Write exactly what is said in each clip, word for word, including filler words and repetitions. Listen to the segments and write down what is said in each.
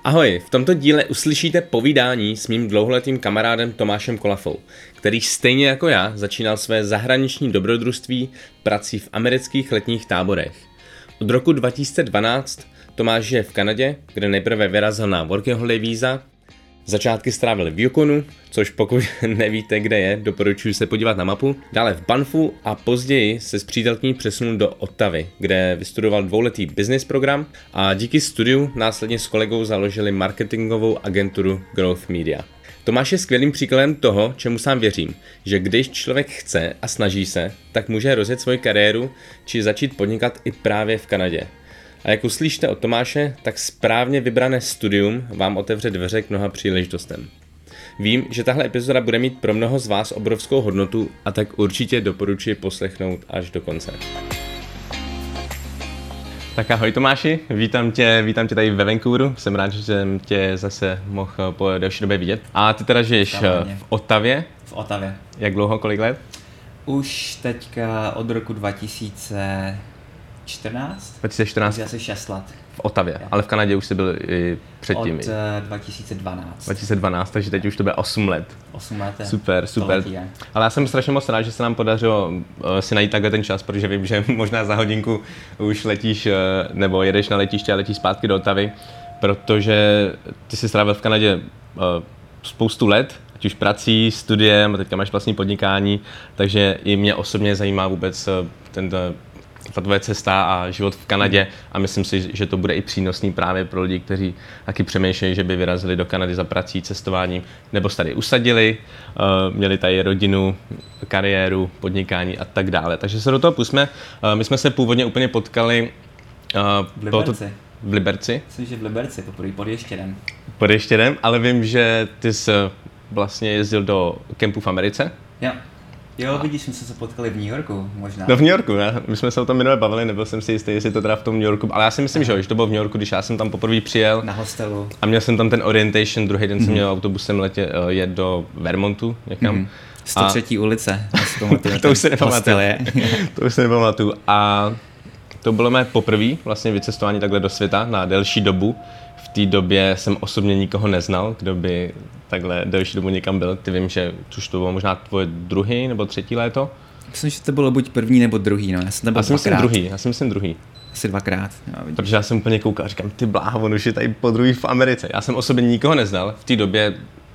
Ahoj, v tomto díle uslyšíte povídání s mým dlouholetým kamarádem Tomášem Kolafou, který stejně jako já začínal své zahraniční dobrodružství prací v amerických letních táborech. Od roku dva tisíce dvanáct Tomáš žije v Kanadě, kde nejprve vyrazil na working holiday víza, začátky strávil v Yukonu, což pokud nevíte, kde je, doporučuji se podívat na mapu, dále v Banfu a později se s přítelkyní přesunul do Ottavy, kde vystudoval dvouletý business program a díky studiu následně s kolegou založili marketingovou agenturu Growth Media. Tomáš je skvělým příkladem toho, čemu sám věřím, že když člověk chce a snaží se, tak může rozjet svoji kariéru či začít podnikat i právě v Kanadě. A jak uslyšíte od Tomáše, tak správně vybrané studium vám otevře dveře k mnoha příležitostem. Vím, že tahle epizoda bude mít pro mnoho z vás obrovskou hodnotu a tak určitě doporučuji poslechnout až do konce. Tak ahoj Tomáši, vítám tě, vítám tě tady ve Vancouveru, jsem rád, že jsem tě zase mohl po delší době vidět. A ty teda žiješ Stávaně. v Ottavě? V Ottavě. Jak dlouho, kolik let? Už teďka od roku dva tisíce čtrnáct. dva tisíce čtrnáct? Asi šest let. V Ottavě, ale v Kanadě už jsi byl i předtím. Od dva tisíce dvanáct. dva tisíce dvanáct, takže teď už to bude osm let. osm let. Super, super. Ale já jsem strašně moc rád, že se nám podařilo si najít takhle ten čas, protože vím, že možná za hodinku už letíš, nebo jedeš na letiště a letíš zpátky do Ottavy, protože ty jsi strávil v Kanadě spoustu let, ať už prací, studiem, a teďka máš vlastní podnikání, takže i mě osobně zajímá vůbec ten ta tvoje cesta a život v Kanadě a myslím si, že to bude i přínosný právě pro lidi, kteří taky přemýšlejí, že by vyrazili do Kanady za prací, cestováním, nebo se tady usadili, měli tady rodinu, kariéru, podnikání a tak dále. Takže se do toho pusme. My jsme se původně úplně potkali v Liberci. V Liberci? Myslím, že v Liberci, poprvé pod Ještědem. Pod Ještědem, ale vím, že ty jsi vlastně jezdil do kempu v Americe. Jo. Jo, vidíš, jsme se potkali v New Yorku možná. No v New Yorku, ne? My jsme se o tom minule bavili, nebyl jsem si jistý, jestli to teda v tom New Yorku, ale já si myslím, Aha. že to bylo v New Yorku, když já jsem tam poprvé přijel. Na hostelu. A měl jsem tam ten orientation, druhý den mm-hmm. jsem měl autobusem letě, uh, jet do Vermontu někam. Mm-hmm. sto třetí A... ulice, to už se nepamatuju. To už se nepamatuju. A to bylo mé poprvé vlastně vycestování takhle do světa na delší dobu. V té době jsem osobně nikoho neznal, kdo by takhle delší dobu někam byl. Ty vím, že už to bylo možná tvoje druhý nebo třetí léto? Myslím, že to bylo buď první nebo druhý, no. Já jsem tam byl já dvakrát. Myslím druhý, já si myslím druhý. Asi dvakrát. Jo, protože já jsem úplně koukal a říkám, ty bláho, on už je tady po druhý v Americe. Já jsem osobně nikoho neznal. V té době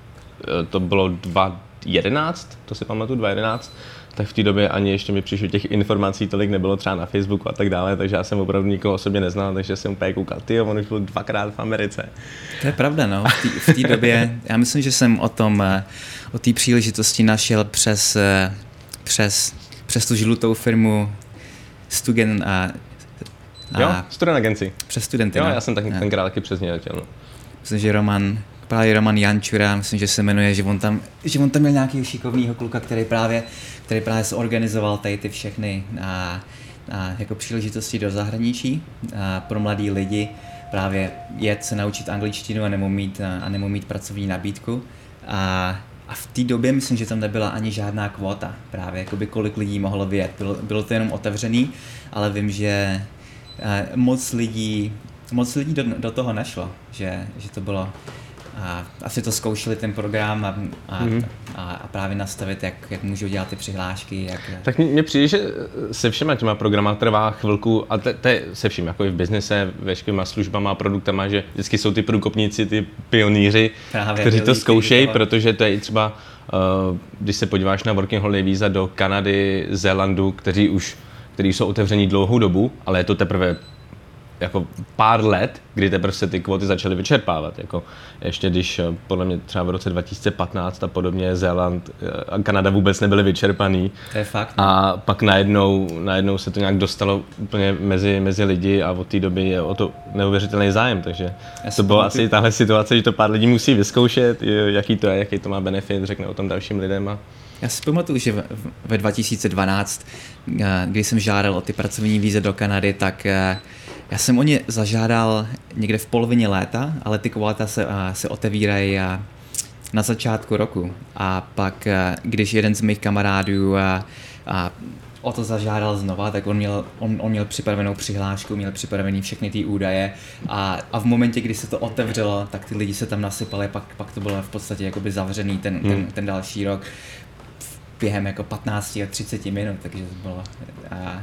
to bylo dva jedenáct, to si pamatuju, dva jedenáct. Tak v té době ani ještě mi přišlo těch informací tolik nebylo třeba na Facebooku a tak dále, takže já jsem opravdu nikoho osobně neznal, takže jsem úplně koukal, tyjo, on už byl dvakrát v Americe. To je pravda, no. V té době, já myslím, že jsem o tom, o té příležitosti našel přes, přes, přes tu žlutou firmu Student a, a jo, Student Agency. Přes studenty, jo, no. já jsem tak, tenkrát taky přes ně letěl, no. Myslím, že Roman právě Roman Jančura, myslím, že se jmenuje, že on tam, že on tam měl nějakého šikovného kluka, který právě, který právě zorganizoval tady ty všechny a, a jako příležitosti do zahraničí a pro mladý lidi právě jet se naučit angličtinu a nebo mít, a nebo mít pracovní nabídku. A, a v té době myslím, že tam nebyla ani žádná kvóta, právě jakoby kolik lidí mohlo vyjet. Bylo, bylo to jenom otevřený, ale vím, že moc lidí, moc lidí do, do toho nešlo, že, že to bylo. A asi to zkoušeli ten program a, a, mm-hmm. a, a právě nastavit, jak, jak můžou dělat ty přihlášky. Jak... Tak mně přijde, že se všema těma programa trvá chvilku, a to je se vším, jako i v biznise, veškerýma službama, produktama, že vždycky jsou ty průkopníci, ty pionýři, právě, kteří to zkoušejí, protože to je třeba, uh, když se podíváš na working holiday víza do Kanady, Zélandu, kteří už, kteří jsou otevření dlouhou dobu, ale je to teprve jako pár let, kdy teprve se ty kvóty začaly vyčerpávat. Jako ještě když podle mě třeba v roce dva tisíce patnáct a podobně Zéland a Kanada vůbec nebyly vyčerpaný. To je fakt. Ne? A pak najednou, najednou se to nějak dostalo úplně mezi, mezi lidi a od té doby je o to neuvěřitelný zájem. Takže Já to bylo asi tahle situace, že to pár lidí musí vyzkoušet, jaký to je, jaký to má benefit, řekne o tom dalším lidem. A... Já si pamatuju, že ve dva tisíce dvanáct, když jsem žádal o ty pracovní víze do Kanady, tak já jsem o ně zažádal někde v polovině léta, ale ty kvóta se, se otevírají na začátku roku. A pak, když jeden z mých kamarádů a, a o to zažádal znova, tak on měl, on, on měl připravenou přihlášku, měl připravený všechny ty údaje a, a v momentě, kdy se to otevřelo, tak ty lidi se tam nasypali, pak, pak to bylo v podstatě jakoby zavřený ten, hmm. ten, ten další rok během jako patnáct a třicet minut, takže to bylo... A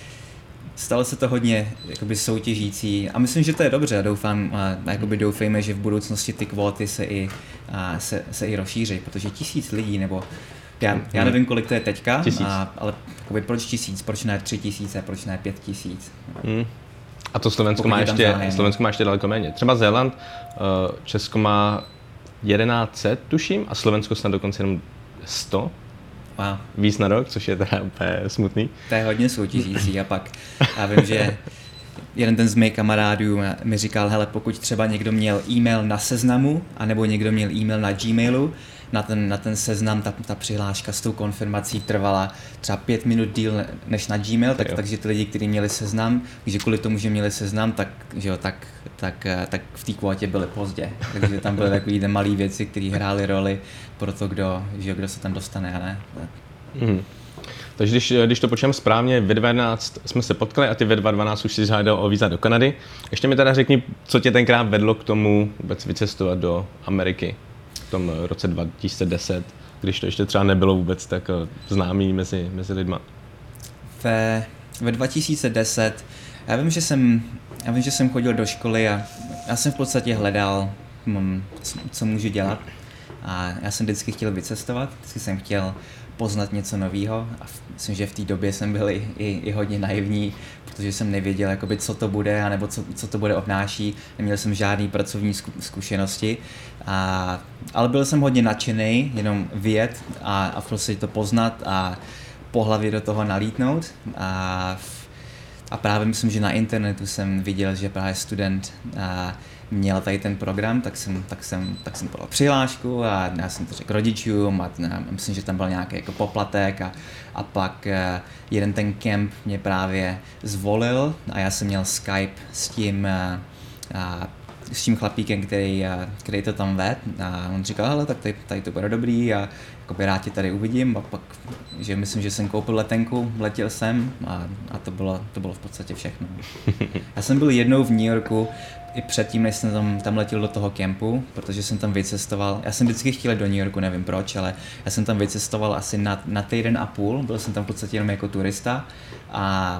stalo se to hodně jakoby soutěžící a myslím, že to je dobře a doufám, a jakoby doufejme, že v budoucnosti ty kvóty se i, a se, se i rozšíří, protože tisíc lidí nebo já, já nevím, kolik to je teďka, a, ale jakoby proč tisíc, proč ne tři tisíce, proč ne pět tisíc. Hmm. A to Slovensko má, ještě, Slovensko má ještě daleko méně. Třeba Zéland, Česko má jedenáct set, tuším, a Slovensko snad dokonce jenom sto. Wow. Víc na rok, což je teda úplně smutný. To je hodně soutěžící a pak já vím, že jeden ten z mých kamarádů mi říkal, hele, pokud třeba někdo měl e-mail na Seznamu, anebo někdo měl e-mail na Gmailu, na ten, na ten seznam, ta, ta přihláška s tou konfirmací trvala třeba pět minut díl než na Gmail, tak, takže ty lidi, kteří měli Seznam, že kvůli tomu, že měli Seznam, tak, že jo, tak, tak, tak v té kvótě byly pozdě. Takže tam byly takové malé věci, které hrály roli pro to, kdo, že jo, kdo se tam dostane a ne. Hmm. Takže když, když to počítám správně, ve dvacet dvanáct jsme se potkali a ty ve dvacet dvanáct už si žádal o víza do Kanady. Ještě mi teda řekni, co tě tenkrát vedlo k tomu vůbec vycestovat do Ameriky v tom roce dva tisíce deset, když to ještě třeba nebylo vůbec tak známý mezi, mezi lidma. Ve, ve dva tisíce deset, já vím, že jsem, já vím, že jsem chodil do školy a já jsem v podstatě hledal, co můžu dělat. A já jsem vždycky chtěl vycestovat, vždycky jsem chtěl poznat něco nového a myslím, že v té době jsem byl i, i, i hodně naivní, protože jsem nevěděl, jakoby, co to bude, anebo co, co to bude obnáší. Neměl jsem žádný pracovní zkušenosti, a, ale byl jsem hodně nadšený, jenom vyjet a, a prostě to poznat a po hlavě do toho nalítnout. A, a právě myslím, že na internetu jsem viděl, že právě student a, měl tady ten program, tak jsem, tak jsem, tak jsem podal přihlášku a já jsem to řekl rodičům a myslím, že tam byl nějaký jako poplatek a, a pak jeden ten kemp mě právě zvolil a já jsem měl Skype s tím, a, a, s tím chlapíkem, který, a, který to tam ved a on říkal, hele, tak tady, tady to bude dobrý a jakoby rád tě tady uvidím a pak, že myslím, že jsem koupil letenku, letěl jsem a, a to, bylo, to bylo v podstatě všechno. Já jsem byl jednou v New Yorku, i předtím, než jsem tam, tam letěl do toho kempu, protože jsem tam vycestoval. Já jsem vždycky chtěl do New Yorku, nevím proč, ale já jsem tam vycestoval asi na, na týden a půl, byl jsem tam v podstatě jenom jako turista a,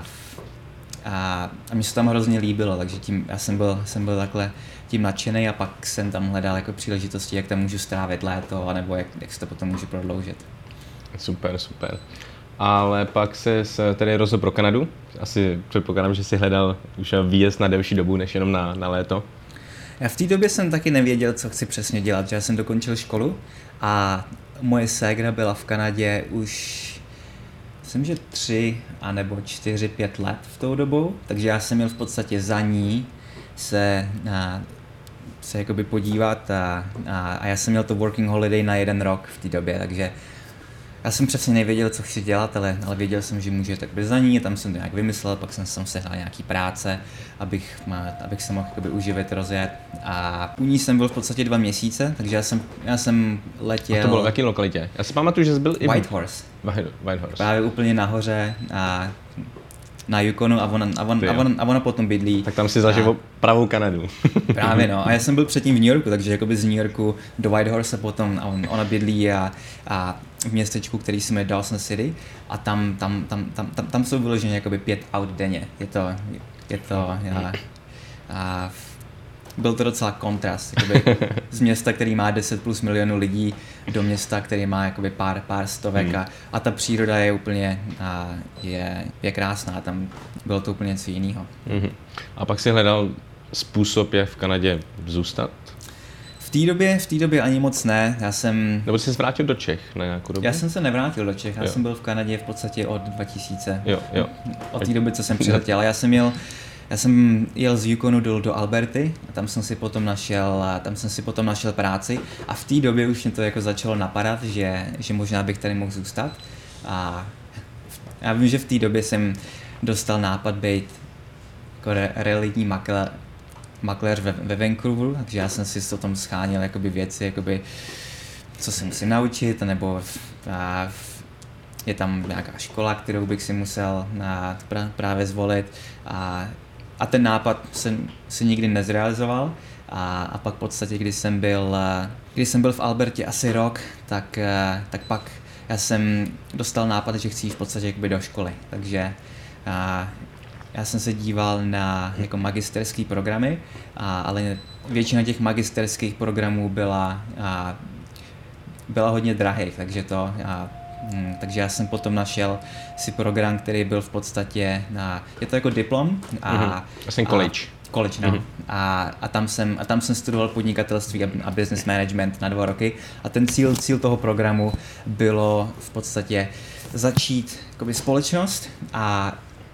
a, a mě se tam hrozně líbilo, takže tím, já jsem byl, jsem byl takhle tím nadšený a pak jsem tam hledal jako příležitosti, jak tam můžu strávit léto, anebo jak, jak se to potom můžu prodloužit. Super, super. Ale pak se tedy rozhodl pro Kanadu. Asi předpokládám, že si hledal už výjezd na delší dobu, než jenom na, na léto. Já v té době jsem taky nevěděl, co chci přesně dělat, že já jsem dokončil školu a moje ségra byla v Kanadě už, myslím, že tři a nebo čtyři, pět let v tou dobu, takže já jsem měl v podstatě za ní se, a, se jakoby podívat a, a, a já jsem měl to working holiday na jeden rok v té době, takže já jsem přesně nevěděl, co chci dělat, ale, ale věděl jsem, že můžu tak být za ní, tam jsem to nějak vymyslel, pak jsem tam sehnal nějaký práce, abych, abych se mohl jakoby uživit, rozjet. A u ní jsem byl v podstatě dva měsíce, takže já jsem, já jsem letěl... A to bylo v jaké lokalitě? Já si pamatuju, že jsi byl i... Whitehorse. Whitehorse. Právě úplně nahoře a na Yukonu a ona, a, on, a, on, a ona potom bydlí. Tak tam si zažil a... pravou Kanadu. Právě no. A já jsem byl předtím v New Yorku, takže jakoby z New Yorku do Whitehorse potom a on, ona bydlí a, a v městečku, který se jmenuje Dawson City a tam, tam, tam, tam, tam, tam jsou vyloženě jakoby pět aut denně. Je to, je to, já, a byl to docela kontrast, jakoby z města, který má deset plus milionů lidí, do města, který má jakoby pár, pár stovek a, a ta příroda je úplně, a je, je krásná, tam bylo to úplně něco jiného. Mm-hmm. A pak si hledal způsob, jak v Kanadě zůstat? V té době, v té době ani moc ne, já jsem... Nebo jsi se vrátil do Čech na nějakou dobu? Já jsem se nevrátil do Čech, já jo. jsem byl v Kanadě v podstatě od dva tisíce. Jo, jo. Od té doby, co jsem přiletěl, já jsem jel... Já jsem jel z Yukonu do, do Alberty a tam jsem si potom našel, tam jsem si potom našel práci a v té době už mě to jako začalo napadat, že, že možná bych tady mohl zůstat. A já vím, že v té době jsem dostal nápad být jako re, realitní makléř, makléř ve, ve Vancouveru, takže já jsem si o tom scháněl jakoby věci, jakoby, co se musím naučit, nebo a, je tam nějaká škola, kterou bych si musel na, právě zvolit a, a ten nápad jsem se nikdy nezrealizoval a, a pak v podstatě, když jsem byl, když jsem byl v Albertě asi rok, tak, tak pak já jsem dostal nápad, že chci jít v podstatě jakoby do školy, takže a, já jsem se díval na jako magisterské programy, a, ale většina těch magisterských programů byla, a, byla hodně drahých, takže to, a, hm, takže já jsem potom našel si program, který byl v podstatě, a, je to jako diplom. A, mm-hmm. Vlastně college. A, college, no. Mm-hmm. A, a, tam jsem, a tam jsem studoval podnikatelství a, a business management na dva roky a ten cíl, cíl toho programu bylo v podstatě začít jakoby společnost a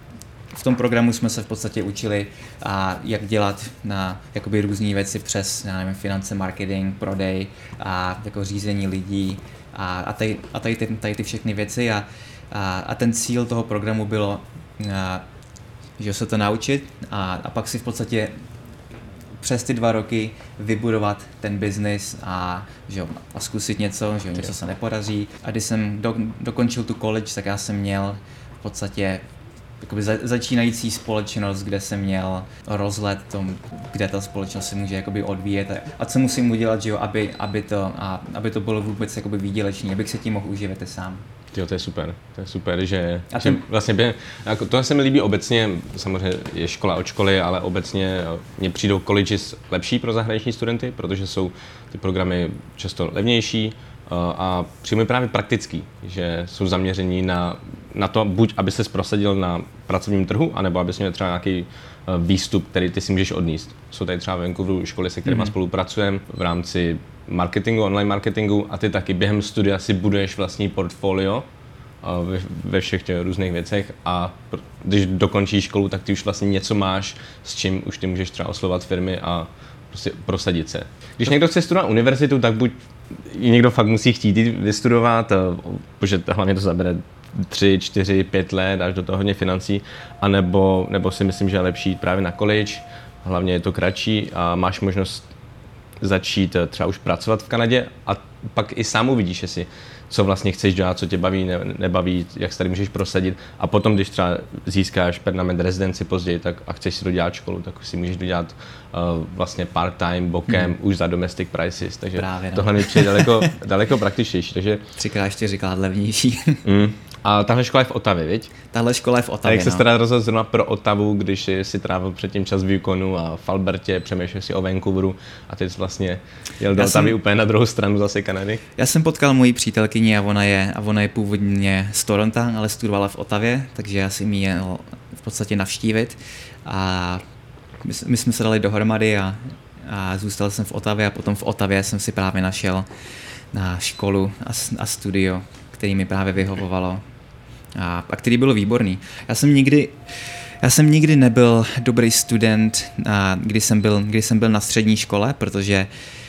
v tom programu jsme se v podstatě učili, a jak dělat na jakoby různé věci přes, já nevím, finance, marketing, prodej a jako řízení lidí a, a, tady, a tady, ty, tady ty všechny věci a, a, a ten cíl toho programu bylo, a, že se to naučit a, a pak si v podstatě přes ty dva roky vybudovat ten biznis a, že jo, a zkusit něco, že jo, něco se nepodaří. A když jsem do, dokončil tu college, tak já jsem měl v podstatě jakoby za, začínající společnost, kde jsem měl rozhled tom, kde ta společnost se může jakoby odvíjet a, a co musím udělat, že jo, aby, aby, to, a, aby to bylo vůbec jakoby výdělečný, abych se tím mohl uživit i sám. Jo, to je super, to je super, že, a že ten... vlastně by, jako, to se mi líbí obecně, samozřejmě je škola od školy, ale obecně mně přijdou colleges lepší pro zahraniční studenty, protože jsou ty programy často levnější a přímo právě praktický, že jsou zaměření na, na to, buď aby ses prosadil na pracovním trhu, anebo abys měl třeba nějaký výstup, který ty si můžeš odníst. Jsou tady třeba v Vancouveru školy, se kterými mm-hmm. spolupracujeme v rámci marketingu, online marketingu a ty taky během studia si buduješ vlastní portfolio ve, ve všech těch různých věcech a když dokončíš školu, tak ty už vlastně něco máš, s čím už ty můžeš třeba oslovovat firmy a prostě prosadit se. Když někdo chce studovat univerzitu, tak buď někdo fakt musí chtít jít vystudovat, protože hlavně to zabere tři, čtyři, pět let, až do toho hodně financí, anebo, nebo si myslím, že je lepší jít právě na college, hlavně je to kratší a máš možnost začít třeba už pracovat v Kanadě a pak i sám uvidíš, jestli co vlastně chceš dělat, co tě baví, ne, nebaví, jak se tady můžeš prosadit a potom, když třeba získáš permanent residenci později tak, a chceš si dodělat školu, tak si můžeš dodělat uh, vlastně part-time, bokem, hmm. už za domestic prices, takže Právě, no. tohle mi přijde daleko, daleko praktičtější. Takže... Třikrát, čtyřikrát levnější. mm. A tahle škola je v Ottawě, viď? Tahle škola je v Ottawě, A jak no. se teda rozhodl zrovna pro Ottawu, když jsi trávil předtím čas v Yukonu a v Albertě, přemýšlel si o Vancouveru a teď jsi vlastně jel do Ottawy jsem... úplně na druhou stranu zase Kanady? Já jsem potkal moji přítelkyni a ona je, a ona je původně z Toronto, ale studovala v Ottawě, takže já jsem ji jel v podstatě navštívit a my, my jsme se dali dohromady a, a zůstal jsem v Ottawě a potom v Ottawě jsem si právě našel na školu a, a studio, který mi právě vyhovovalo. A, a který byl výborný. Já jsem nikdy, já jsem nikdy nebyl dobrý student, a, když, jsem byl, když jsem byl na střední škole, protože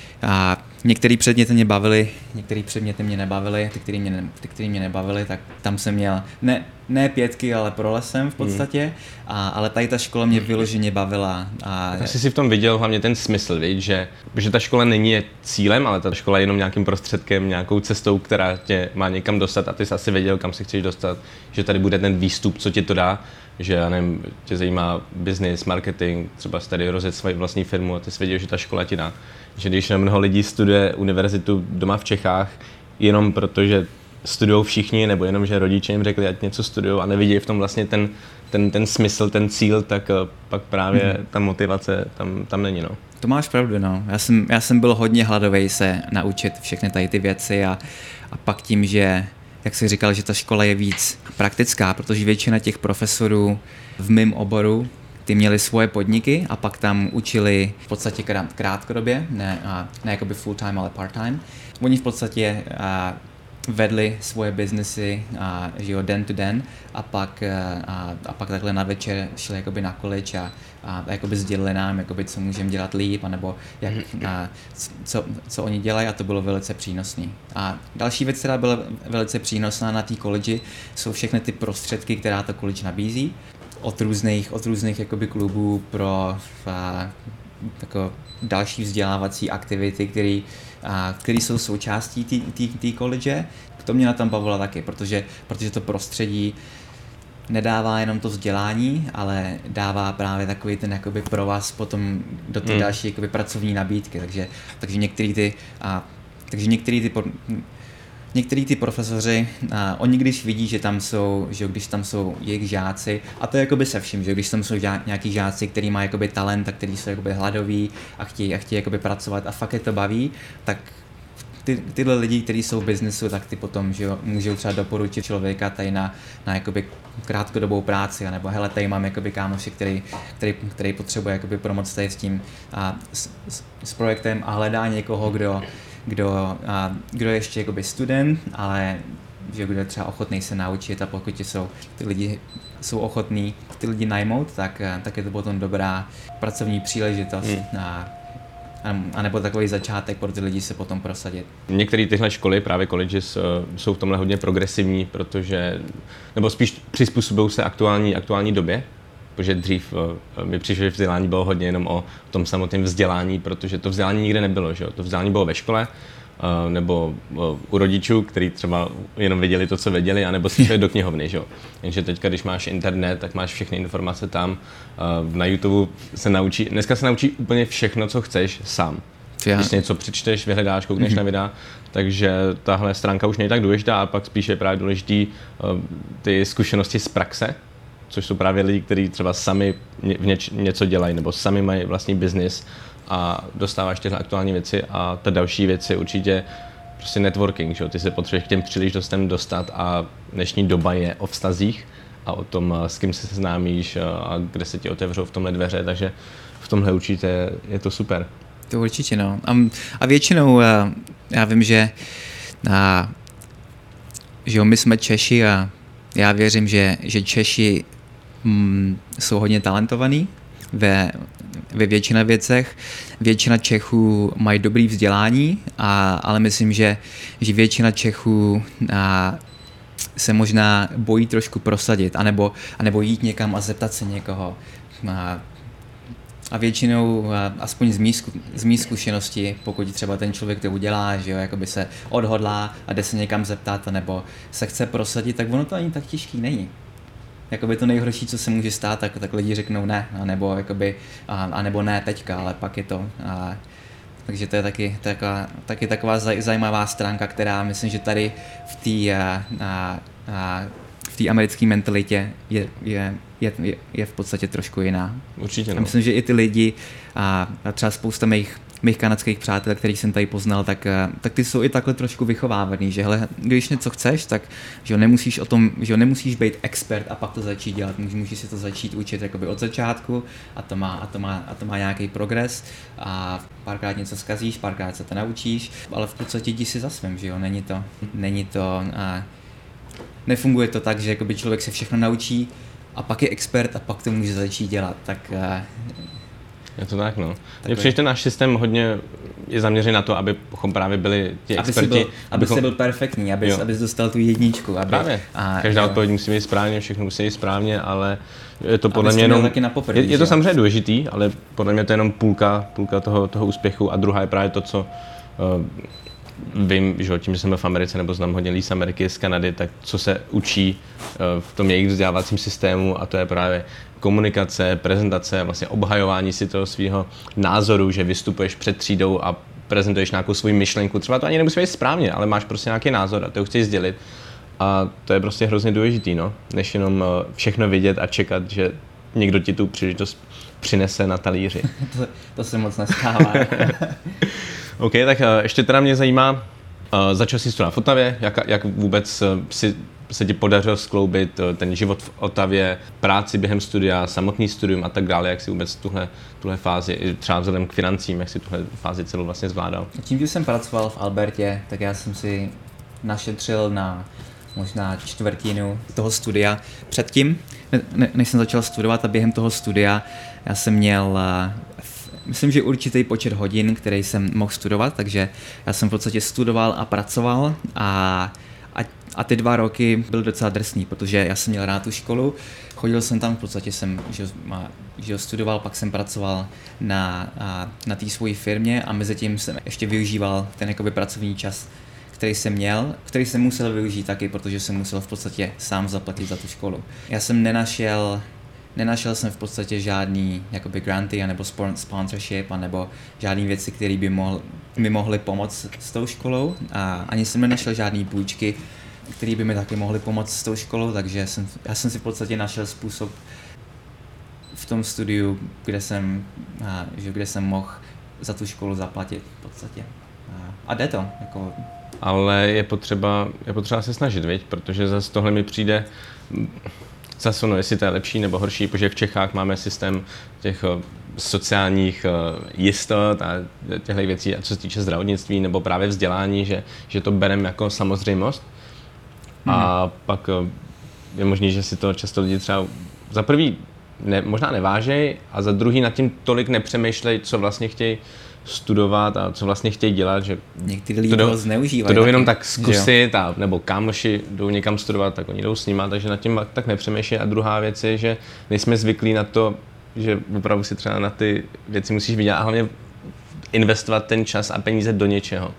a, některé předměty mě bavily, některé předměty mě nebavily, ty, které mě, ty, které mě nebavily, tak tam jsem měl ne, ne pětky, ale prolesem v podstatě, a, ale tady ta škola mě vyloženě bavila. A... Asi si v tom viděl hlavně ten smysl, viď? Že, že ta škola není cílem, ale ta škola je jenom nějakým prostředkem, nějakou cestou, která tě má někam dostat a ty jsi asi věděl, kam se chceš dostat, že tady bude ten výstup, co ti to dá, že já nevím, tě zajímá business, marketing, třeba si tady rozjet svoji vlastní firmu a ty jsi věděl, že ta škola ti dá. Že když mnoho lidí studuje univerzitu doma v Čechách, jenom protože studujou všichni, nebo jenom, že rodiče jim řekli, ať něco studujou a nevidí v tom vlastně ten, ten, ten smysl, ten cíl, tak pak právě mm-hmm. ta motivace tam, tam není. No. To máš pravdu, no. Já jsem, já jsem byl hodně hladový se naučit všechny tady ty věci a, a pak tím, že, jak jsi říkal, že ta škola je víc praktická, protože většina těch profesorů v mém oboru, ty měli svoje podniky a pak tam učili v podstatě krát, krátkodobě, ne, a, ne jakoby full time, ale part time. Oni v podstatě a, vedli svoje biznesy a, že jo, den to den a pak, a, a pak takhle na večer šli jakoby na college a, a jakoby sdělili nám, jakoby, co můžeme dělat líp, anebo jak, a, co, co oni dělají a to bylo velice přínosné. A další věc, která byla velice přínosná na té college, jsou všechny ty prostředky, která ta college nabízí. Od různých, od různých jakoby klubů pro a, jako další vzdělávací aktivity, které které jsou součástí té college. To mě na tom bavilo taky, protože, protože to prostředí nedává jenom to vzdělání, ale dává právě takový ten jakoby provaz potom do té mm. další jakoby pracovní nabídky, takže, takže některý ty, a, takže některý ty, některý ty profesoři, a, oni když vidí, že tam jsou, že když tam jsou jejich žáci, a to je jakoby se vším, že když tam jsou žá, nějaký žáci, který mají jakoby talent a který jsou jakoby hladoví a chtějí, a chtějí jakoby pracovat a fakt je to baví, tak Ty, tyhle lidi, kteří jsou v biznesu, tak ty potom že jo, můžou třeba doporučit člověka tady na, na jakoby krátkodobou práci, anebo hele, tady mám jakoby kámoši, který, který, který potřebuje jakoby pomoct tady s tím a s, s, s projektem a hledá někoho, kdo, kdo, a, kdo je ještě jakoby student, ale že kdo je třeba ochotný se naučit a pokud jsou, ty lidi jsou ochotní ty lidi najmout, tak, tak je to potom dobrá pracovní příležitost hmm. a a nebo takový začátek pro ty lidi se potom prosadit. Některé tyhle školy, právě colleges, jsou v tomhle hodně progresivní, protože, nebo spíš přizpůsobují se aktuální, aktuální době, protože dřív mi přišlo, že vzdělání bylo hodně jenom o tom samotném vzdělání, protože to vzdělání nikde nebylo, že jo? To vzdělání bylo ve škole, nebo u rodičů, kteří třeba jenom věděli to, co věděli, anebo si šli do knihovny, že jo. Jenže teďka, když máš internet, tak máš všechny informace tam. Na YouTube se naučí, dneska se naučí úplně všechno, co chceš sám. Já. Když něco přečteš, vyhledáš, koukneš mm-hmm. na videa, takže tahle stránka už není tak důležitá a pak spíš je právě důležitý ty zkušenosti z praxe, což jsou právě lidi, kteří třeba sami v něč, něco dělají, nebo sami mají vlastní biznis a dostáváš tyhle aktuální věci a ta další věc je určitě prostě networking, že? Ty se potřebuješ k těm příležitostem dostat a dnešní doba je o vztazích a o tom, s kým se seznámíš a kde se ti otevřou v tomhle dveře, takže v tomhle určitě je to super. To určitě, no. A, a většinou já vím, že, a, že my jsme Češi a já věřím, že, že Češi mm, jsou hodně talentovaní ve, ve většina věcech. Většina Čechů mají dobré vzdělání, a, ale myslím, že, že většina Čechů a, se možná bojí trošku prosadit, anebo, anebo jít někam a zeptat se někoho. A, a většinou, aspoň z mých, z mých zkušeností, pokud třeba ten člověk to udělá, že jo, jakoby se odhodlá a jde se někam zeptat, nebo se chce prosadit, tak ono to ani tak těžký není. Jakoby to nejhorší, co se může stát, tak, tak lidi řeknou ne, anebo, jakoby, a, anebo ne teďka, ale pak je to. A, takže to je taky taková, taky taková zaj, zajímavá stránka, která myslím, že tady v té v té americké mentalitě je, je, je, je v podstatě trošku jiná. Určitě no. A myslím, že i ty lidi a třeba spousta mých, mých kanadských přátel, kterých jsem tady poznal, tak, tak ty jsou i takhle trošku vychovávaný, že hele, když něco chceš, tak že nemusíš o tom, že nemusíš být expert a pak to začít dělat, můžeš si to začít učit jakoby od začátku a to má, a to má, a to má nějaký progres a párkrát něco zkazíš, párkrát se to naučíš, ale v podstatě jdi si za svým, že jo, není to, není to a nefunguje to tak, že jakoby člověk se všechno naučí a pak je expert a pak to může začít dělat, tak je to tak, no. Mně přijde, ten náš systém hodně je zaměřený na to, abychom právě byli ti aby experti. Byl, aby jsi byl perfektní, abys, abys dostal tu jedničku. Aby, právě. A, každá jo. odpověď musí být správně, všechno musí být správně, ale je to podle abys mě jenom... taky na poprvé, je, je to samozřejmě důležitý, ale podle mě to je jenom půlka, půlka toho, toho úspěchu a druhá je právě to, co uh, vím, že tím, že jsem byl v Americe nebo znám hodně lidí z Ameriky, z Kanady, tak co se učí uh, v tom jejich vzdělávacím systému a to je právě komunikace, prezentace, vlastně obhajování si toho svého názoru, že vystupuješ před třídou a prezentuješ nějakou svou myšlenku. Třeba to ani nemusí být správně, ale máš prostě nějaký názor a to chceš sdělit. A to je prostě hrozně důležitý, no, než jenom všechno vidět a čekat, že někdo ti tu příležitost přinese na talíři. to, to se moc nestává. OK, tak ještě teda mě zajímá, začal jsi studovat v Ottawě, jak, jak vůbec si se ti podařilo skloubit ten život v Ottawě, práci během studia, samotný studium a tak dále, jak si vůbec tuhle, tuhle fázi, třeba vzhledem k financím, jak si tuhle fázi celou vlastně zvládal? Tím, že jsem pracoval v Albertě, tak já jsem si našetřil na možná čtvrtinu toho studia. Předtím, ne, než jsem začal studovat a během toho studia, já jsem měl, myslím, že určitý počet hodin, který jsem mohl studovat, takže já jsem v podstatě studoval a pracoval a A, A ty dva roky byly docela drsný, protože já jsem měl rád tu školu, chodil jsem tam, v podstatě jsem že, že studoval, pak jsem pracoval na, na té svojí firmě a mezi tím jsem ještě využíval ten jakoby pracovní čas, který jsem měl, který jsem musel využít taky, protože jsem musel v podstatě sám zaplatit za tu školu. Já jsem nenašel, nenašel jsem v podstatě žádný jakoby granty, nebo sponsorship, nebo žádný věci, které by mohl, mi mohly pomoct s tou školou. A ani jsem nenašel žádný půjčky, které by mi taky mohly pomoct s tou školou, takže jsem, já jsem si v podstatě našel způsob v tom studiu, kde jsem, a, že kde jsem mohl za tu školu zaplatit v podstatě. A, a jde to, jako... Ale je potřeba, je potřeba se snažit, viď? Protože zase tohle mi přijde, zase ono, jestli to je lepší nebo horší, protože v Čechách máme systém těch sociálních jistot a těchto věcí, co se týče zdravotnictví nebo právě vzdělání, že, že to bereme jako samozřejmost. Hmm. A pak je možné, že si to často lidi třeba za prvý ne, možná nevážej a za druhý nad tím tolik nepřemýšlej, co vlastně chtějí studovat a co vlastně chtějí dělat, že někteří lidi to zneužívají. To jdou jenom tak zkusit, a, nebo kámoši jdou někam studovat, tak oni jdou s nima, takže nad tím tak nepřemýšlí. A druhá věc je, že nejsme zvyklí na to, že opravdu si třeba na ty věci musíš vydělat a hlavně investovat ten čas a peníze do něčeho.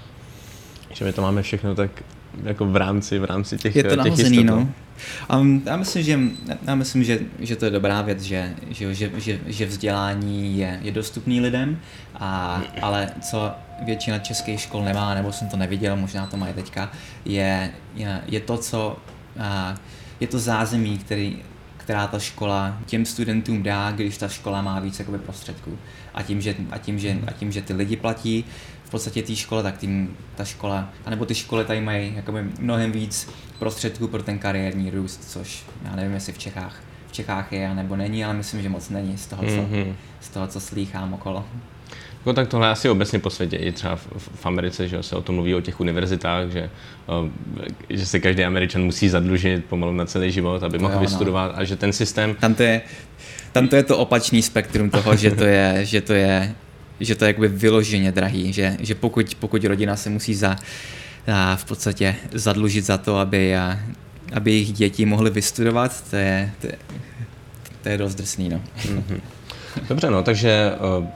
Že my to máme všechno tak jako v rámci, v rámci těch je to těch nahozený, jistot. No. Um, já myslím, že, já myslím že, že to je dobrá věc, že, že, že, že vzdělání je, je dostupný lidem, a, ale co většina českých škol nemá, nebo jsem to neviděl, možná to mají teďka, je, je, je to, co a, je to zázemí, který, která ta škola těm studentům dá, když ta škola má víc jakoby prostředků. A tím, že, a tím, že, a tím, že ty lidi platí v podstatě té škole, tak tím ta škola, anebo ty školy tady mají jakoby mnohem víc prostředků pro ten kariérní růst, což já nevím, jestli v Čechách, v Čechách je, nebo není, ale myslím, že moc není z toho, co, mm-hmm. z toho, co slýchám okolo. No, tak tohle asi obecně po světě, i třeba v, v Americe, že se o tom mluví o těch univerzitách, že, že se každý Američan musí zadlužit pomalu na celý život, aby mohl vystudovat, a že ten systém... Tam to je, tam to, je to opačný spektrum toho, že to je, že to je, že to je jakoby vyloženě drahý, že, že pokud, pokud rodina se musí za, za v podstatě zadlužit za to, aby, aby jejich děti mohly vystudovat, to je, to je, to je dost drsný. No. Mm-hmm. Dobře, no, takže...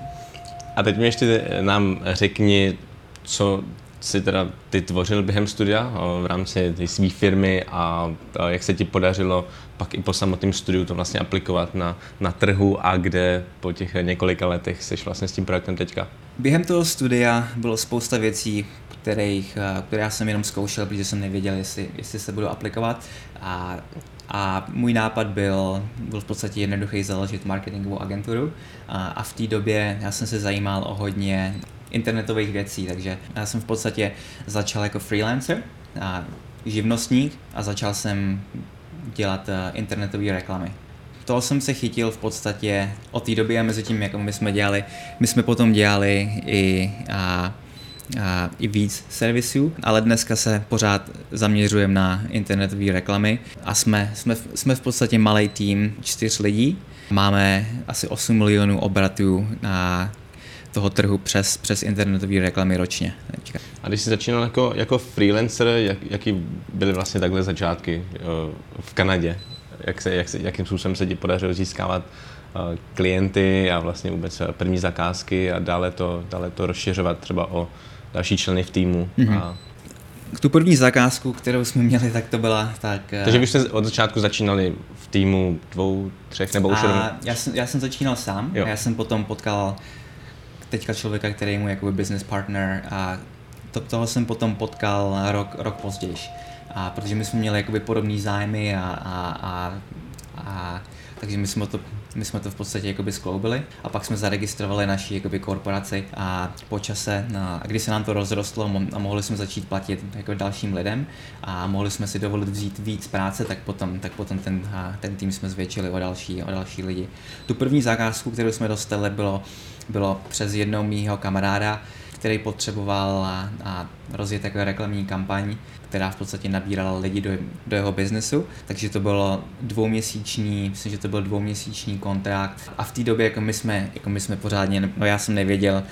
A teď mi ještě nám řekni, co si teda ty tvořil během studia v rámci té své firmy a jak se ti podařilo pak i po samotném studiu to vlastně aplikovat na, na trhu a kde po těch několika letech jsi vlastně s tím projektem teďka? Během toho studia bylo spousta věcí, kterých, které já jsem jenom zkoušel, protože jsem nevěděl, jestli, jestli se budu aplikovat. A, a můj nápad byl, byl v podstatě jednoduchý založit marketingovou agenturu. A, a v té době já jsem se zajímal o hodně internetových věcí, takže já jsem v podstatě začal jako freelancer, a živnostník, a začal jsem dělat internetové reklamy. Toho jsem se chytil v podstatě od té doby a mezi tím, jako my jsme dělali, my jsme potom dělali i, a, a, i víc servisů, ale dneska se pořád zaměřujeme na internetové reklamy a jsme, jsme, jsme v podstatě malý tým čtyř lidí. Máme asi osm milionů obratů na toho trhu přes, přes internetové reklamy ročně. A když jsi začínal jako, jako freelancer, jak, jaký byly vlastně takhle začátky v Kanadě? Jak se, jak se, jakým způsobem se ti podařilo získávat uh, klienty a vlastně vůbec první zakázky a dále to, dále to rozšiřovat třeba o další členy v týmu? Mm-hmm. A... Tu první zakázku, kterou jsme měli, tak to byla tak... Takže vy jste od začátku začínali v týmu dvou, třech nebo už jenom... Já jsem, já jsem začínal sám, jo. A já jsem potom potkal teďka člověka, který je můj jakoby business partner, a to, toho jsem potom potkal rok, rok později. A protože my jsme měli jakoby podobný zájmy a, a, a, a takže my jsme to, my jsme to v podstatě jakoby skloubili a pak jsme zaregistrovali naši jakoby korporaci a po čase, a když se nám to rozrostlo a mohli jsme začít platit jako dalším lidem a mohli jsme si dovolit vzít víc práce, tak potom, tak potom ten, ten tým jsme zvětšili o další, o další lidi. Tu první zakázku, kterou jsme dostali, bylo, bylo přes jednoho mýho kamaráda, který potřeboval a, a rozjet jako reklamní kampaň, která v podstatě nabírala lidi do, do jeho biznesu, takže to bylo dvouměsíční, myslím, že to byl dvouměsíční kontrakt a v té době jako my jsme, jako my jsme pořádně, no já jsem nevěděl,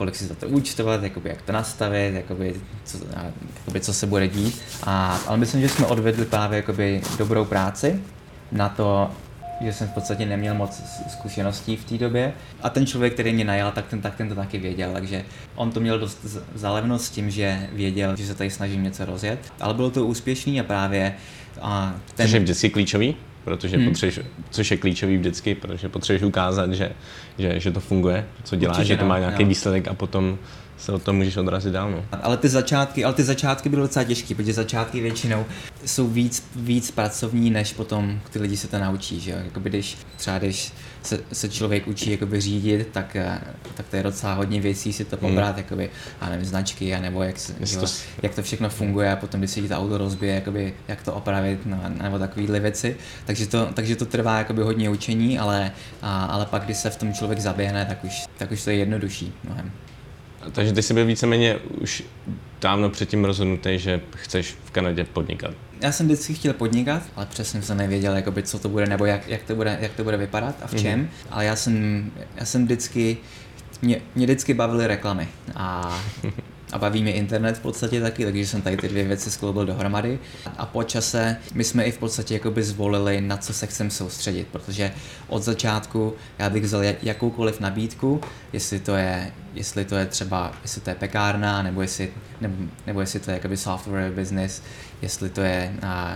kolik si za to účtovat, jakoby jak to nastavit, jakoby co, jakoby co se bude dít. A, ale myslím, že jsme odvedli právě jakoby dobrou práci na to, že jsem v podstatě neměl moc zkušeností v té době. A ten člověk, který mě najal, tak ten, tak ten to taky věděl, takže on to měl dost zálevno s tím, že věděl, že se tady snažím něco rozjet. Ale bylo to úspěšný a právě a ten... Což je vždycky klíčový, protože hmm. potřebuješ, což je klíčový vždycky, protože potřebuješ ukázat, že, že, že to funguje, co děláš, Určitě, že to má nějaký no. výsledek a potom se od toho můžeš odrazit dál. No. Ale ty začátky, ale ty začátky byly docela těžké, protože začátky většinou jsou víc, víc pracovní, než potom ty lidi se to naučí, že jo? Jakoby když třeba když se, se člověk učí jakoby řídit, tak, tak to je docela hodně věcí si to pobrat, hmm. jakoby, a nevím, značky, nebo jak, jo, to... jak to všechno funguje a potom, když se ti to auto rozbije, jakoby, jak to opravit, no, nebo takovýhle věci. Takže to, takže to trvá jakoby hodně učení, ale, a, ale pak, když se v tom člověk zaběhne, tak už, tak už to je jednodušší mnohem. Takže ty jsi byl víceméně už dávno předtím rozhodnutý, že chceš v Kanadě podnikat. Já jsem vždycky chtěl podnikat, ale přesně jsem nevěděl, jakoby, co to bude, nebo jak, jak, to bude, jak to bude vypadat a v čem. Mm-hmm. Ale já jsem, já jsem vždycky, mě, mě vždycky bavily reklamy a, a baví mě internet v podstatě taky, takže jsem tady ty dvě věci skloubil dohromady. A po čase my jsme i v podstatě jakoby zvolili, na co se chcem soustředit, protože od začátku já bych vzal jakoukoliv nabídku, jestli to je, jestli to je třeba, jestli to je pekárna, nebo jestli, nebo, nebo jestli to je jakoby software business, jestli to je uh,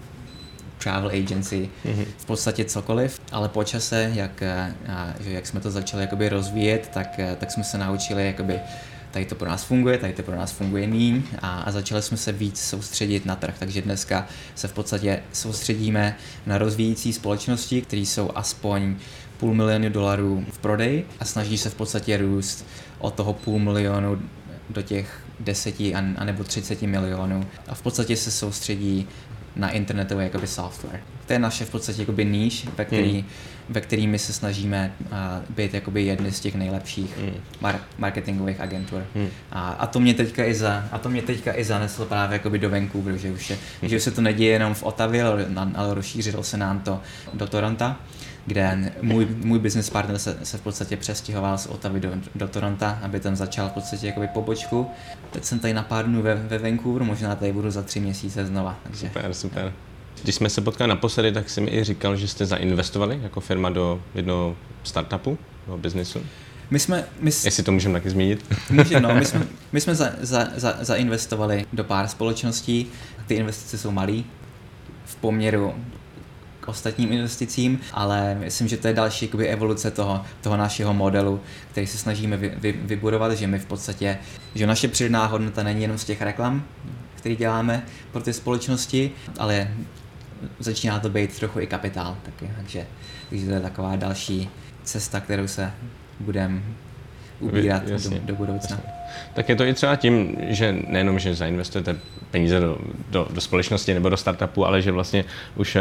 travel agency, mm-hmm. v podstatě cokoliv, ale po čase, jak, uh, že jak jsme to začali jakoby rozvíjet, tak, uh, tak jsme se naučili jakoby tady to pro nás funguje, tady to pro nás funguje míň a, a začali jsme se víc soustředit na trh, takže dneska se v podstatě soustředíme na rozvíjící společnosti, které jsou aspoň půl milionu dolarů v prodeji a snaží se v podstatě růst od toho půl milionu do těch deseti a nebo třiceti milionů a v podstatě se soustředí na internetový jakoby software. To je naše v podstatě jakoby níž, ve který, hmm. ve který my se snažíme uh, být jakoby jedny z těch nejlepších hmm. mar- marketingových agentur. Hmm. A, a to mě teďka i za, a to mě teďka i zaneslo právě jakoby do Vancouveru, že už, je, hmm. že už se to neděje jenom v Ottavě, ale, ale rozšířilo se nám to do Toronta, kde můj, můj business partner se, se v podstatě přestěhoval z Ottavy do, do Toronta, aby tam začal v podstatě jakoby pobočku. Teď jsem tady na pár dnů ve, ve Vancouveru, možná tady budu za tři měsíce znova. Takže. Super, super. Když jsme se potkali naposledy, tak jsi mi i říkal, že jste zainvestovali jako firma do jednoho startupu, do biznesu. My jsme, my s... Jestli to můžeme taky zmínit. Může, no, my jsme, my jsme za, za, za, zainvestovali do pár společností. Ty investice jsou malý v poměru k ostatním investicím, ale myslím, že to je další jakoby, evoluce toho, toho našeho modelu, který se snažíme vy, vy, vybudovat, že my v podstatě, že naše přidaná hodnota není jenom z těch reklam, který děláme pro ty společnosti, ale začíná to být trochu i kapitál taky, takže, takže to je taková další cesta, kterou se budeme ubírat Vy, do, do budoucna. Jasně. Tak je to i třeba tím, že nejenom, že zainvestujete peníze do, do, do společnosti nebo do startupu, ale že vlastně už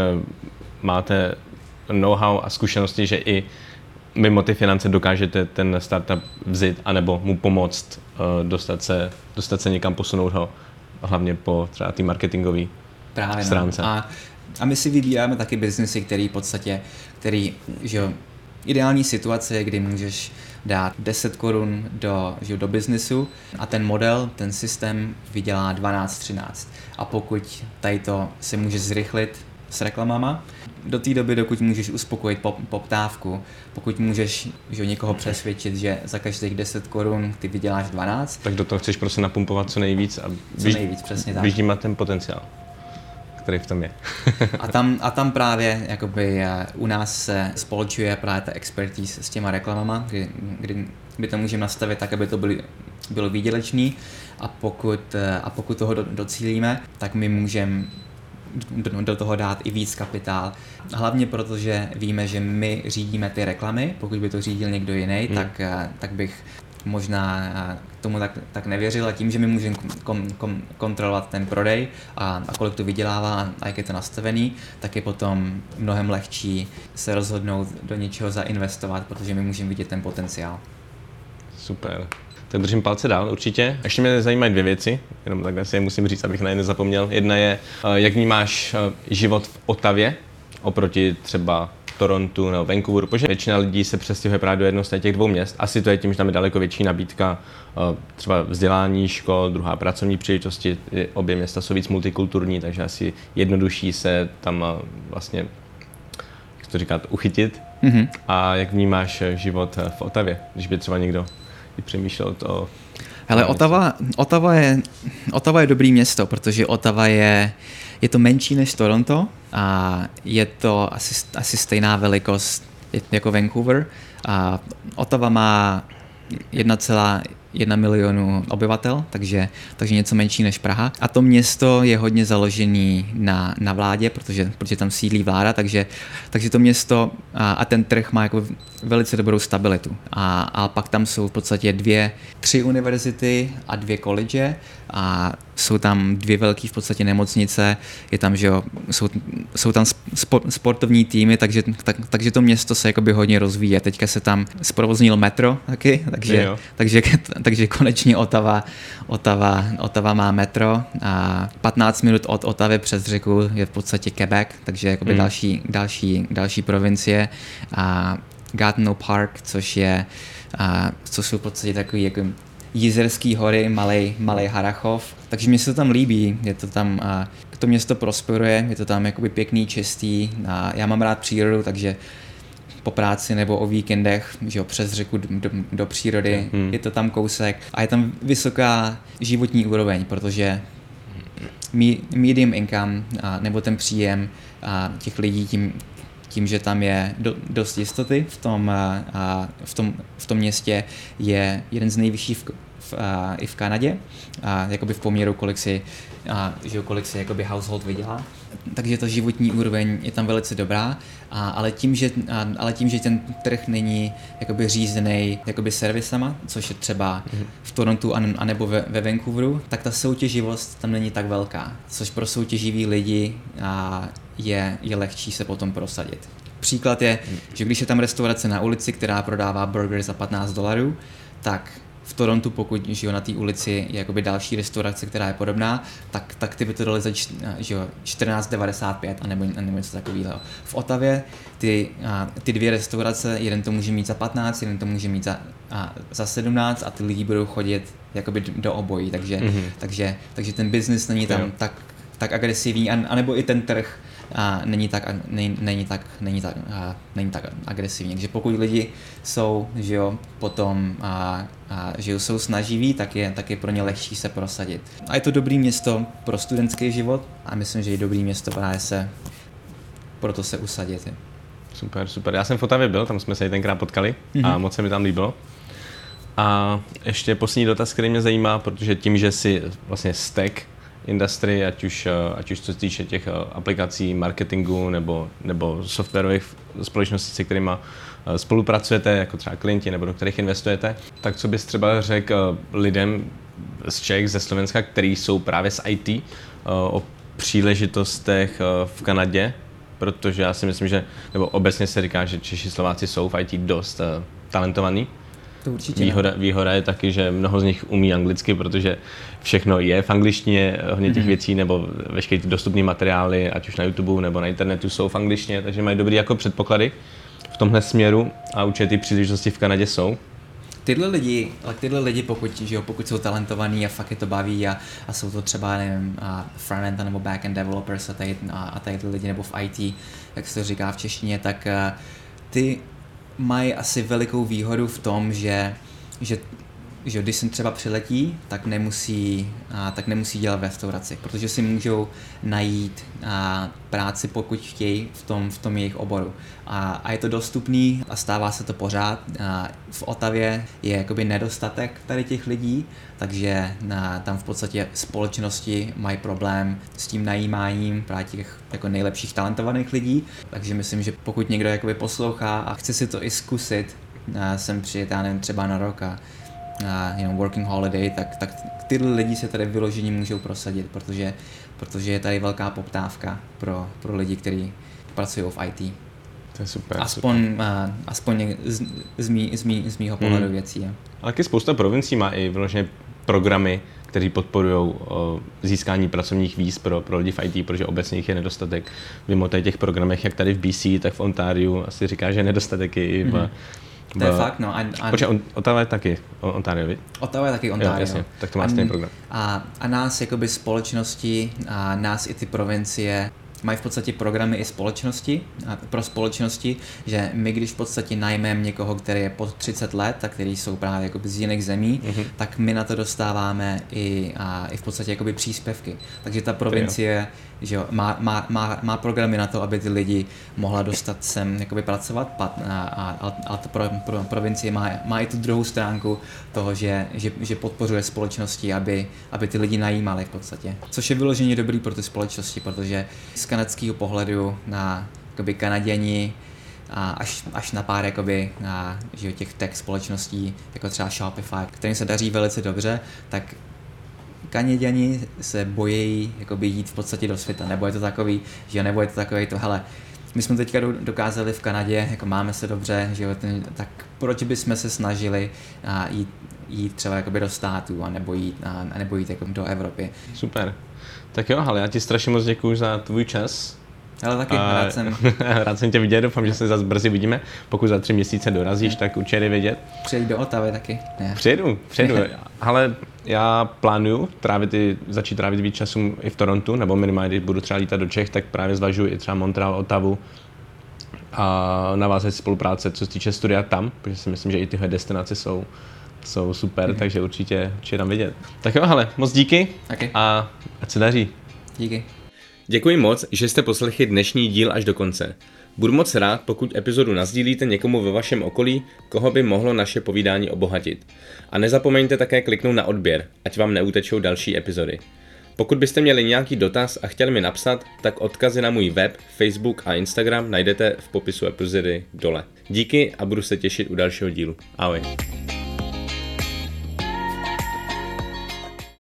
máte know-how a zkušenosti, že i mimo ty finance dokážete ten startup vzít anebo mu pomoct uh, dostat se, dostat se někam, posunout ho, hlavně po třeba té marketingové stránce. No. A, a my si vybíráme taky biznesy, který v podstatě, který, že ideální situace je, kdy můžeš dát deset korun do, že, do biznesu a ten model, ten systém vydělá dvanáct třináct. A pokud tady to se může zrychlit s reklamama, do té doby, dokud můžeš uspokojit pop, poptávku, pokud můžeš že, někoho přesvědčit, že za každých deset korun ty vyděláš dvanáct. Tak do toho chceš prostě napumpovat co nejvíc a co nejvíc, přesně tak. Vyždímat ten potenciál, který v tom je. a, tam, a tam právě jakoby, u nás se spolčuje právě ta expertise s těma reklamama, kdy, kdy, kdy to můžeme nastavit tak, aby to byly, bylo výdělečný a pokud, a pokud toho do, docílíme, tak my můžeme Do, do toho dát i víc kapitál. Hlavně proto, že víme, že my řídíme ty reklamy, pokud by to řídil někdo jiný, hmm. tak, tak bych možná tomu tak, tak nevěřil a tím, že my můžeme kom, kom, kontrolovat ten prodej a, a kolik to vydělává a jak je to nastavený, tak je potom mnohem lehčí se rozhodnout do něčeho zainvestovat, protože my můžeme vidět ten potenciál. Super. Tak držím palce dál určitě. Ještě mě zajímají dvě věci, jenom takhle si je musím říct, abych na ně nezapomněl. Jedna je, jak vnímáš život v Ottavě oproti třeba Torontu nebo Vancouveru, protože většina lidí se přestěhuje právě do jednoho z těch dvou měst. Asi to je tím, že tam je daleko větší nabídka třeba vzdělání, škol, druhá pracovní příležitosti. Obě města jsou víc multikulturní, takže asi jednodušší se tam vlastně, jak to říkat, uchytit. Mm-hmm. A jak vnímáš život v Ottawě, když by třeba někdo i přemýšlel o... Hele, Ottawa, Ottawa, je, Ottawa je dobrý město, protože Ottawa je, je to menší než Toronto a je to asi, asi stejná velikost jako Vancouver. A Ottawa má jedna celá jedna milionu obyvatel, takže, takže něco menší než Praha. A to město je hodně založený na, na vládě, protože, protože tam sídlí vláda, takže, takže to město a, a ten trh má jako velice dobrou stabilitu. A, a pak tam jsou v podstatě dvě, tři univerzity a dvě college a jsou tam dvě velké v podstatě nemocnice, je tam, že jo, jsou, jsou tam spo, sportovní týmy, takže, tak, takže to město se jakoby hodně rozvíje. Teďka se tam zprovoznil metro taky, takže, takže, takže konečně Ottawa, Ottawa, Ottawa má metro a patnáct minut od Ottawy přes řeku je v podstatě Quebec, takže jakoby hmm. další, další, další provincie a Gatineau Park, což je, a, což jsou v podstatě takový jako Jizerský hory, malej, malej Harachov, takže mi se to tam líbí, je to tam, a to město prosperuje, je to tam jakoby pěkný, čistý a já mám rád přírodu, takže po práci nebo o víkendech, že jo, přes řeku do, do, do přírody, hmm. je to tam kousek a je tam vysoká životní úroveň, protože medium income a, nebo ten příjem a těch lidí tím, tím, že tam je do, dost jistoty v tom, a, a v, tom, v tom městě, je jeden z nejvyšších v, v, a, i v Kanadě, a, jakoby v poměru, kolik si, a, že kolik si jakoby household vydělá. Takže ta životní úroveň je tam velice dobrá, a, ale, tím, že, a, ale tím, že ten trh není jakoby řízený jakoby servisama, což je třeba mm-hmm. v Torontu a, a nebo ve, ve Vancouveru, tak ta soutěživost tam není tak velká, což pro soutěživý lidi a, je, je lehčí se potom prosadit. Příklad je, že když je tam restaurace na ulici, která prodává burger za patnáct dolarů, tak v Torontu, pokud že jo, na té ulici je jakoby další restaurace, která je podobná, tak, tak ty by to dali za čtrnáct devadesát pět a nebo, nebo něco takového. V Ottawě ty, a, ty dvě restaurace, jeden to může mít za patnáct, jeden to může mít za, a, za sedmnáct a ty lidi budou chodit jakoby do obojí, takže, mm-hmm. takže, takže ten business není tam tak, tak agresivní, a, anebo i ten trh a není tak, není, není tak, není tak, a, není tak agresivní. Takže pokud lidi jsou, že jo, potom a, a, že jo, jsou snaživí, tak je, tak je pro ně lehčí se prosadit. A je to dobrý město pro studentský život a myslím, že je dobrý město právě se proto se usadit. Je. Super, super. Já jsem v Ottawě byl, tam jsme se i tenkrát potkali mm-hmm. a moc se mi tam líbilo. A ještě poslední dotaz, který mě zajímá, protože tím, že si vlastně stack industry, ať už, ať už co se týče těch aplikací, marketingu nebo, nebo softwarových společností, se kterými spolupracujete, jako třeba klienti nebo do kterých investujete, tak co bys třeba řekl lidem z Čech, ze Slovenska, kteří jsou právě z í té, o příležitostech v Kanadě, protože já si myslím, že, nebo obecně se říká, že Češi, Slováci jsou v í té dost talentovaní. To určitě výhoda, výhoda je taky, že mnoho z nich umí anglicky, protože všechno je v angličtině, hodně těch mm-hmm. věcí, nebo veškeré dostupné materiály, ať už na YouTube nebo na internetu, jsou v angličtině, takže mají dobrý jako předpoklady v tomhle směru a určitě ty příležitosti v Kanadě jsou. Tyhle lidi, ale tyhle lidi, pokud, že jo, pokud jsou talentovaní a fakt je to baví a, a jsou to třeba, nevím, frontend nebo backend developers a tady, a, a tady lidi, nebo v í té, jak se to říká v češtině, tak uh, ty mají asi velikou výhodu v tom, že, že, že když sem třeba přiletí, tak nemusí, a, tak nemusí dělat v restauraci, protože si můžou najít a, práci, pokud chtějí v tom, v tom jejich oboru. A, a je to dostupný a stává se to pořád. A v Ottawě je jakoby nedostatek tady těch lidí, takže na, tam v podstatě společnosti mají problém s tím najímáním právě těch jako nejlepších talentovaných lidí. Takže myslím, že pokud někdo jakoby poslouchá a chce si to i zkusit, a, sem přijet, já nevím, třeba na rok a, a you know, working holiday, tak, tak tyhle lidi se tady vyložení můžou prosadit, protože, protože je tady velká poptávka pro, pro lidi, kteří pracují v í té. To je super. Aspoň, super. Uh, aspoň z, z, mý, z, mý, z mýho pohledu hmm. věcí. Je. Ale taky spousta provincií má i vyloženě programy kteří podporují získání pracovních víz pro, pro lidi v í té, protože obecně jich je nedostatek. Mimo tady těch programech, jak tady v B C, tak v Ontariu asi říká, že nedostatek je i v... Mm-hmm. To je fakt, no. A, a... Počkej, Ottawa je taky Ontario, viď? Ottawa je taky Ontario. Jo, jasně, tak to má stejný program. A, a nás jakoby společnosti, a nás i ty provincie mají v podstatě programy i společnosti, pro společnosti, že my když v podstatě najmeme někoho, který je pod třicet let a který jsou právě jakoby z jiných zemí, mm-hmm. tak my na to dostáváme i, a, i v podstatě jakoby příspěvky. Takže ta provincie že jo, má, má, má, má programy na to, aby ty lidi mohla dostat sem jakoby pracovat a, a, a ta pro, pro, provincie má, má i tu druhou stránku toho, že, že, že podpořuje společnosti, aby, aby ty lidi najímali v podstatě. Což je vyloženě dobrý pro ty společnosti, protože z kanadského pohledu na jakoby Kanaděni a až, až na pár jakoby, na, že těch tech společností, jako třeba Shopify, kterým se daří velice dobře, tak Kanaděni se bojí jakoby jít v podstatě do světa, nebo je to takový, že nebo je to takový to, hele, my jsme teďka dokázali v Kanadě, jako máme se dobře, že jo, ten, tak proč bychom se snažili a, jít, jít třeba jakoby do států, a nebo jít, a, a nebo jít jako do Evropy. Super. Tak jo, ale já ti strašně moc děkuju za tvůj čas. Ale taky, a, rád jsem. rád jsem tě vidět, doufám, že se zase brzy vidíme. Pokud za tři měsíce dorazíš, tak určitě jde vědět. Přijeď do Ottavy taky. Ne. Přijedu, přijedu. Ale já plánuju trávit i, začít trávit víc času i v Torontu, nebo minimálně, když budu třeba lítat do Čech, tak právě zvažuji i třeba Montreal, Ottawu a navázat spolupráce, co se týče studia tam, protože si myslím, že i tyhle destinace jsou, jsou super, mm-hmm. takže určitě, určitě tam vidět. Tak jo, hele, moc díky okay. A ať se daří. Díky. Děkuji moc, že jste poslechli dnešní díl až do konce. Budu moc rád, pokud epizodu nasdílíte někomu ve vašem okolí, koho by mohlo naše povídání obohatit. A nezapomeňte také kliknout na odběr, ať vám neutečou další epizody. Pokud byste měli nějaký dotaz a chtěli mi napsat, tak odkazy na můj web, Facebook a Instagram najdete v popisu epizody dole. Díky a budu se těšit u dalšího dílu. Ahoj.